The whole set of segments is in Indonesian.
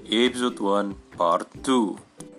Episode 1 Part 2.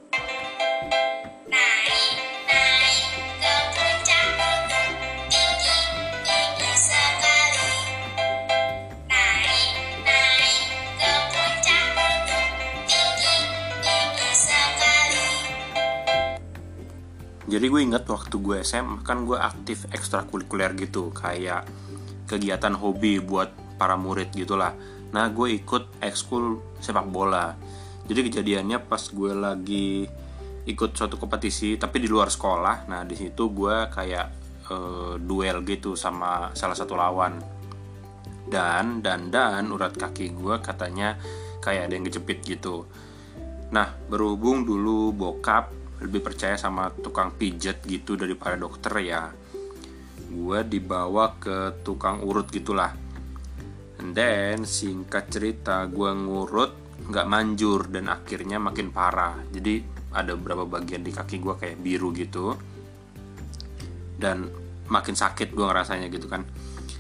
Jadi gue ingat waktu gue SMA kan gue aktif ekstrakurikuler gitu, kayak kegiatan hobi buat para murid gitulah. Nah gue ikut ekskul sepak bola. Jadi kejadiannya pas gue lagi ikut suatu kompetisi tapi di luar sekolah. Nah di situ gue kayak duel gitu sama salah satu lawan. Dan urat kaki gue katanya kayak ada yang kejepit gitu. Nah berhubung dulu bokap lebih percaya sama tukang pijet gitu daripada dokter ya, gue dibawa ke tukang urut gitulah. And then singkat cerita gue ngurut nggak manjur dan akhirnya makin parah. Jadi ada beberapa bagian di kaki gue kayak biru gitu dan makin sakit gue ngerasanya gitu kan.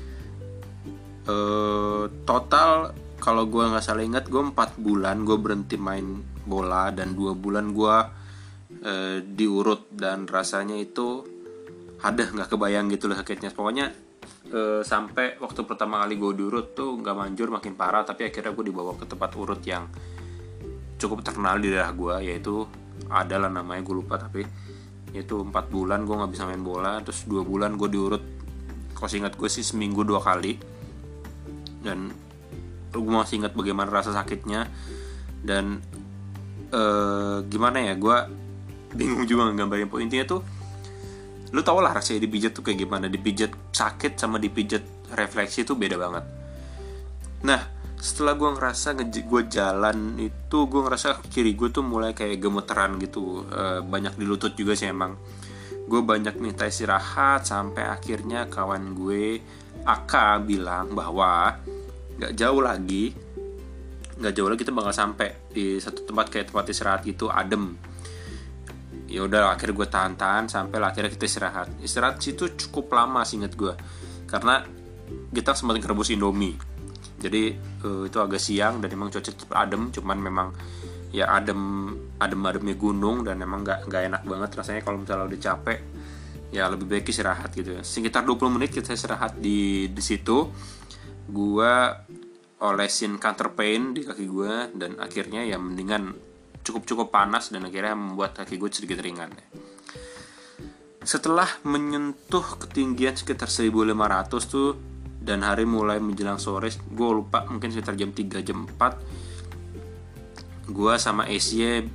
Total kalau gue nggak salah ingat gue 4 bulan gue berhenti main bola dan 2 bulan gue diurut dan rasanya itu ada nggak kebayang gitu loh sakitnya. Pokoknya sampai waktu pertama kali gue diurut tuh nggak manjur, makin parah, tapi akhirnya gue dibawa ke tempat urut yang cukup terkenal di daerah gue, yaitu adalah namanya gue lupa, tapi itu 4 bulan gue nggak bisa main bola, terus 2 bulan gue diurut, kalau ingat gue sih seminggu 2 kali, dan gue masih ingat bagaimana rasa sakitnya. Dan gimana ya, gue bingung juga nggambarin. Intinya tuh lu tau lah rasanya dipijat tuh kayak gimana. Dipijat sakit sama dipijat refleksi tuh beda banget. Nah setelah gue ngerasa gue jalan itu, gue ngerasa kiri gue tuh mulai kayak gemeteran gitu, banyak di lutut juga sih emang. Gue banyak minta istirahat sampai akhirnya kawan gue Aka bilang bahwa gak jauh lagi kita bakal sampai di satu tempat kayak tempat istirahat gitu, adem. Ya udah akhirnya gue tahan sampai akhirnya kita istirahat situ cukup lama sih inget gue, karena kita sempat ngerebus Indomie. Jadi itu agak siang dan emang cuaca adem, cuman memang ya ademnya gunung dan emang nggak enak banget rasanya kalau misalnya udah capek. Ya lebih baik istirahat gitu ya. Sekitar 20 menit kita istirahat di situ. Gue olesin counter pain di kaki gue dan akhirnya ya mendingan, cukup panas dan akhirnya membuat kaki gue sedikit ringan. Setelah menyentuh ketinggian sekitar 1500 tuh dan hari mulai menjelang sore, gue lupa mungkin sekitar jam 3 jam 4, gue sama SY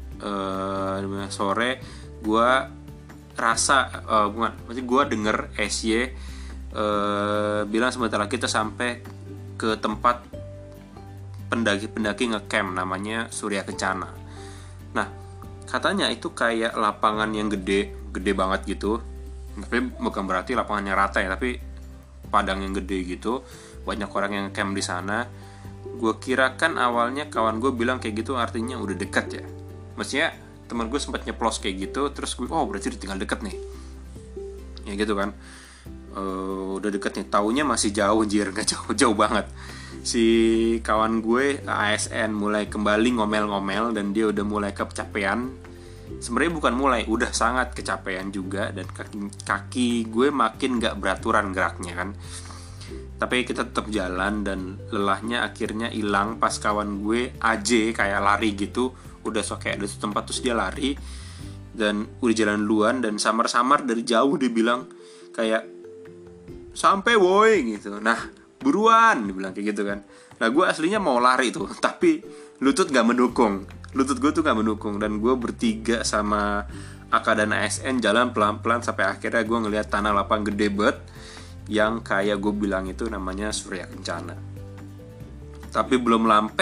sore gue rasa gue denger SY bilang sebentar lagi kita sampai ke tempat pendaki ngecamp namanya Surya Kencana. Nah katanya itu kayak lapangan yang gede banget gitu, tapi bukan berarti lapangannya rata ya, tapi padang yang gede gitu, banyak orang yang camp di sana. Gue kira kan awalnya kawan gue bilang kayak gitu artinya udah dekat ya, maksudnya teman gue sempat nyeplos kayak gitu, terus gue berarti udah tinggal deket nih ya gitu kan. Udah deket nih, taunya masih jauh, nggak jauh banget. Si kawan gue ASN mulai kembali ngomel-ngomel dan dia udah mulai kecapean. Sebenarnya bukan mulai, udah sangat kecapean juga, dan kaki gue makin gak beraturan geraknya kan. Tapi kita tetap jalan dan lelahnya akhirnya hilang pas kawan gue AJ kayak lari gitu. Udah kayak ada tempat terus dia lari dan udah jalan duluan, dan samar-samar dari jauh dia bilang kayak sampai woi gitu. Nah buruan dibilang kayak gitu kan. Nah gue aslinya mau lari tuh, tapi lutut gue tuh gak mendukung, dan gue bertiga sama Aka dan ASN jalan pelan-pelan sampai akhirnya gue ngeliat tanah lapang gede banget yang kayak gue bilang itu namanya Surya Kencana. Tapi belum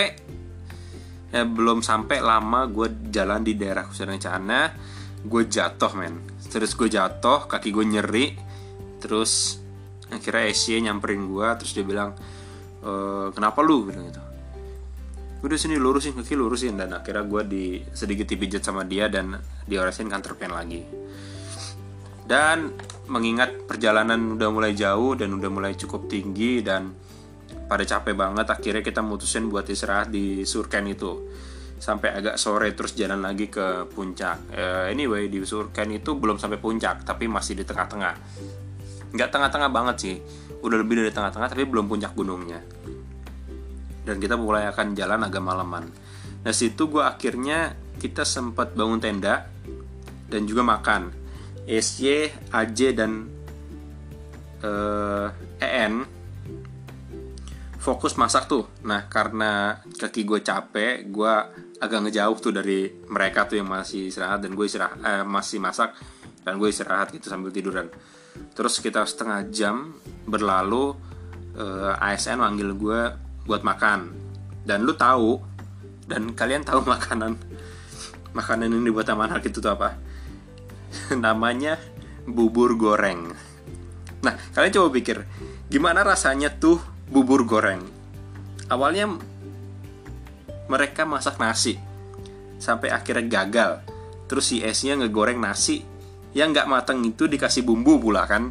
sampai lama gue jalan di daerah Surya Kencana, gue jatuh kaki gue nyeri. Terus akhirnya SY nyamperin gue, terus dia bilang kenapa lu bilang gitu. Udah sini lurusin, dan akhirnya gue sedikit dipijat sama dia dan dioresin counter pain lagi. Dan mengingat perjalanan udah mulai jauh dan udah mulai cukup tinggi dan pada capek banget, akhirnya kita mutusin buat istirahat di surken itu. sampai agak sore terus jalan lagi ke puncak. Anyway, di Surken itu belum sampai puncak tapi masih di tengah-tengah. Nggak tengah-tengah banget sih, udah lebih dari tengah-tengah tapi belum puncak gunungnya. Dan kita mulai akan jalan agak malaman. Nah situ gue akhirnya kita sempat bangun tenda dan juga makan. SY, AJ dan EN fokus masak tuh. Nah karena kaki gue capek, gue agak ngejauh tuh dari mereka tuh yang masih istirahat, dan gue masih masak dan gue istirahat gitu sambil tiduran. Terus sekitar setengah jam berlalu, ASN manggil gue buat makan. Dan lu tahu, dan kalian tahu makanan yang dibuat sama anak itu tuh apa? Namanya bubur goreng. Nah, kalian coba pikir, gimana rasanya tuh bubur goreng? Awalnya mereka masak nasi sampai akhirnya gagal. Terus si S-nya ngegoreng nasi yang nggak mateng itu dikasih bumbu pula kan.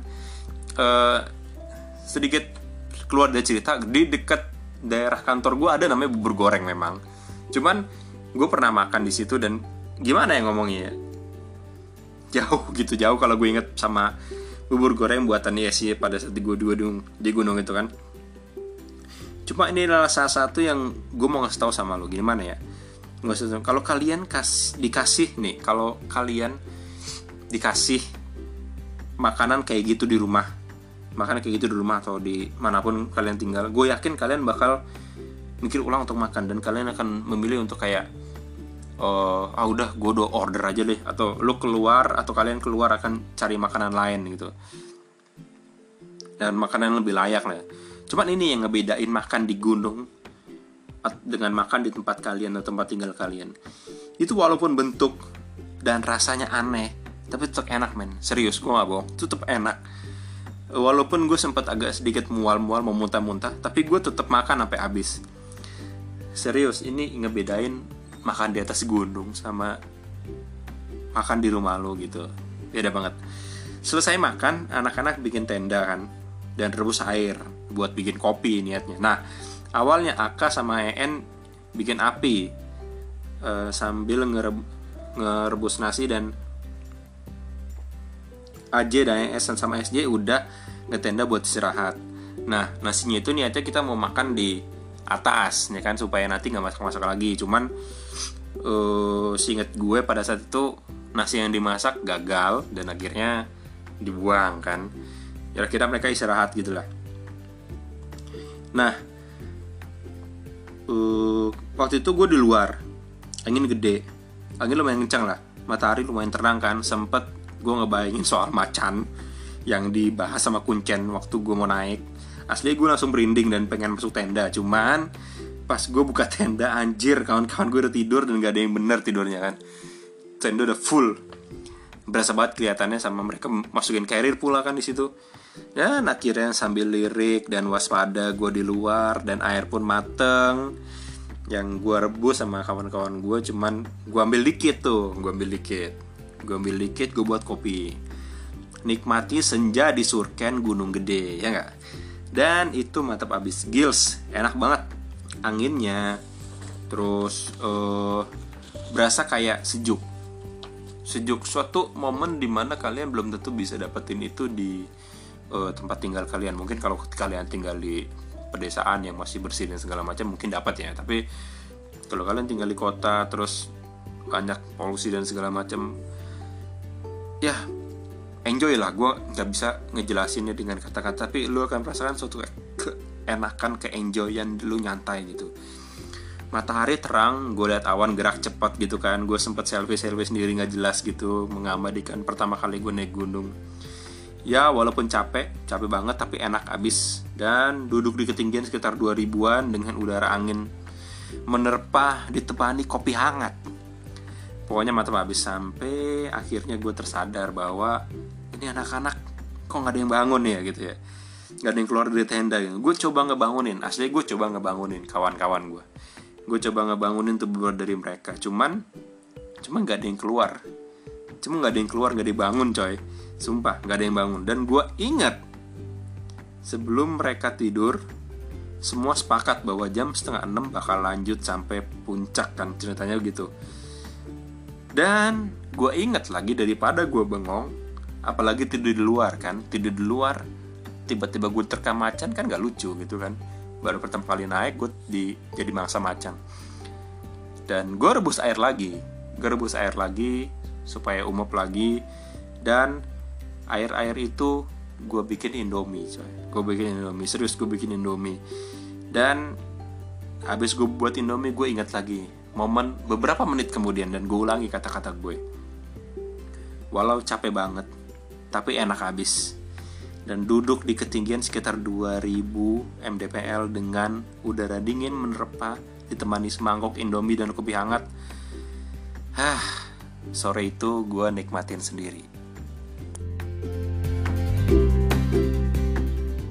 Sedikit keluar dari cerita, di dekat daerah kantor gue ada namanya bubur goreng memang. Cuman gue pernah makan di situ dan gimana ya ngomongnya, jauh kalau gue inget sama bubur goreng buatan SY pada saat di gunung itu kan. Cuma ini adalah salah satu yang gue mau ngasih tahu sama lo, gimana ya, kalau kalian kalau kalian dikasih makanan kayak gitu di rumah, atau di manapun kalian tinggal, gue yakin kalian bakal mikir ulang untuk makan, dan kalian akan memilih untuk kayak udah gue order aja deh, atau lo keluar atau kalian keluar akan cari makanan lain gitu, dan makanan yang lebih layak lah. Cuman ini yang ngebedain makan di gunung dengan makan di tempat kalian atau tempat tinggal kalian. Itu walaupun bentuk dan rasanya aneh, tapi tetap enak men. Serius, gue gak bohong, tetap enak. Walaupun gue sempat agak sedikit mual-mual, mau muntah-muntah, tapi gue tetap makan sampai habis. Serius, ini ngebedain makan di atas gunung sama makan di rumah lo gitu. Beda banget. Selesai makan, anak-anak bikin tenda kan, dan rebus air buat bikin kopi niatnya. Nah, awalnya Aka sama EN bikin api sambil ngerebus nasi, dan AJ dan SN sama SJ udah ngetenda buat istirahat. Nah, nasinya itu niatnya kita mau makan di atas, ya kan, supaya nanti nggak masak-masak lagi. Cuman seinget gue pada saat itu nasi yang dimasak gagal dan akhirnya dibuang kan. Kira-kira mereka istirahat gitulah. Nah, waktu itu gue di luar, angin gede, angin lumayan kencang lah, matahari lumayan terang kan. Sempet gue ngebayangin soal macan yang dibahas sama Kuncen waktu gue mau naik. Asli gue langsung merinding dan pengen masuk tenda. Cuman pas gue buka tenda, anjir, kawan-kawan gue udah tidur dan gak ada yang bener tidurnya kan. Tenda udah full, berasa banget kelihatannya, sama mereka masukin carrier pula kan di situ. Dan akhirnya sambil lirik dan waspada gue di luar, dan air pun mateng yang gue rebus sama kawan-kawan gue. Cuman gue ambil dikit, gue buat kopi. Nikmati senja di Surken Gunung Gede, ya gak? Dan itu mantap abis, gils, enak banget anginnya. Terus berasa kayak sejuk, suatu momen dimana kalian belum tentu bisa dapetin itu di tempat tinggal kalian. Mungkin kalau kalian tinggal di pedesaan yang masih bersih dan segala macam mungkin dapat ya, tapi kalau kalian tinggal di kota terus banyak polusi dan segala macam, ya enjoy lah. Gue nggak bisa ngejelasinnya dengan kata-kata, tapi lu akan merasakan suatu keenakan, keenjoyan, lu nyantai gitu. Matahari terang, gue liat awan gerak cepat gitu kan. Gue sempet selfie sendiri nggak jelas gitu, mengabadikan pertama kali gue naik gunung. Ya walaupun capek banget, tapi enak abis. Dan duduk di ketinggian sekitar 2000-an dengan udara angin menerpa ditemani kopi hangat. Pokoknya mantap abis, sampai akhirnya gue tersadar bahwa ini anak-anak kok gak ada yang bangun ya gitu ya, gak ada yang keluar dari tenda gitu. Gue coba ngebangunin, asli gue coba ngebangunin kawan-kawan gue coba ngebangunin tuh beberapa dari mereka, cuman gak ada yang keluar, gak dibangun coy, sumpah gak ada yang bangun. Dan gue ingat sebelum mereka tidur, semua sepakat bahwa jam 5:30 bakal lanjut sampai puncak kan, ceritanya gitu. Dan gue inget lagi, daripada gue bengong, apalagi tidur di luar kan, tidur di luar tiba-tiba gue terkam macan kan gak lucu gitu kan. Baru pertama kali naik gue jadi mangsa macan. Dan gue rebus air lagi supaya umep lagi. Dan air itu gue bikin Indomie coy. Serius gue bikin Indomie. Dan habis gue buat Indomie, gue ingat lagi momen beberapa menit kemudian, dan gue ulangi kata-kata gue. Walau capek banget, tapi enak habis. Dan duduk di ketinggian sekitar 2000 mdpl dengan udara dingin menerpa, ditemani semangkok Indomie dan kopi hangat. Sore itu gue nikmatin sendiri.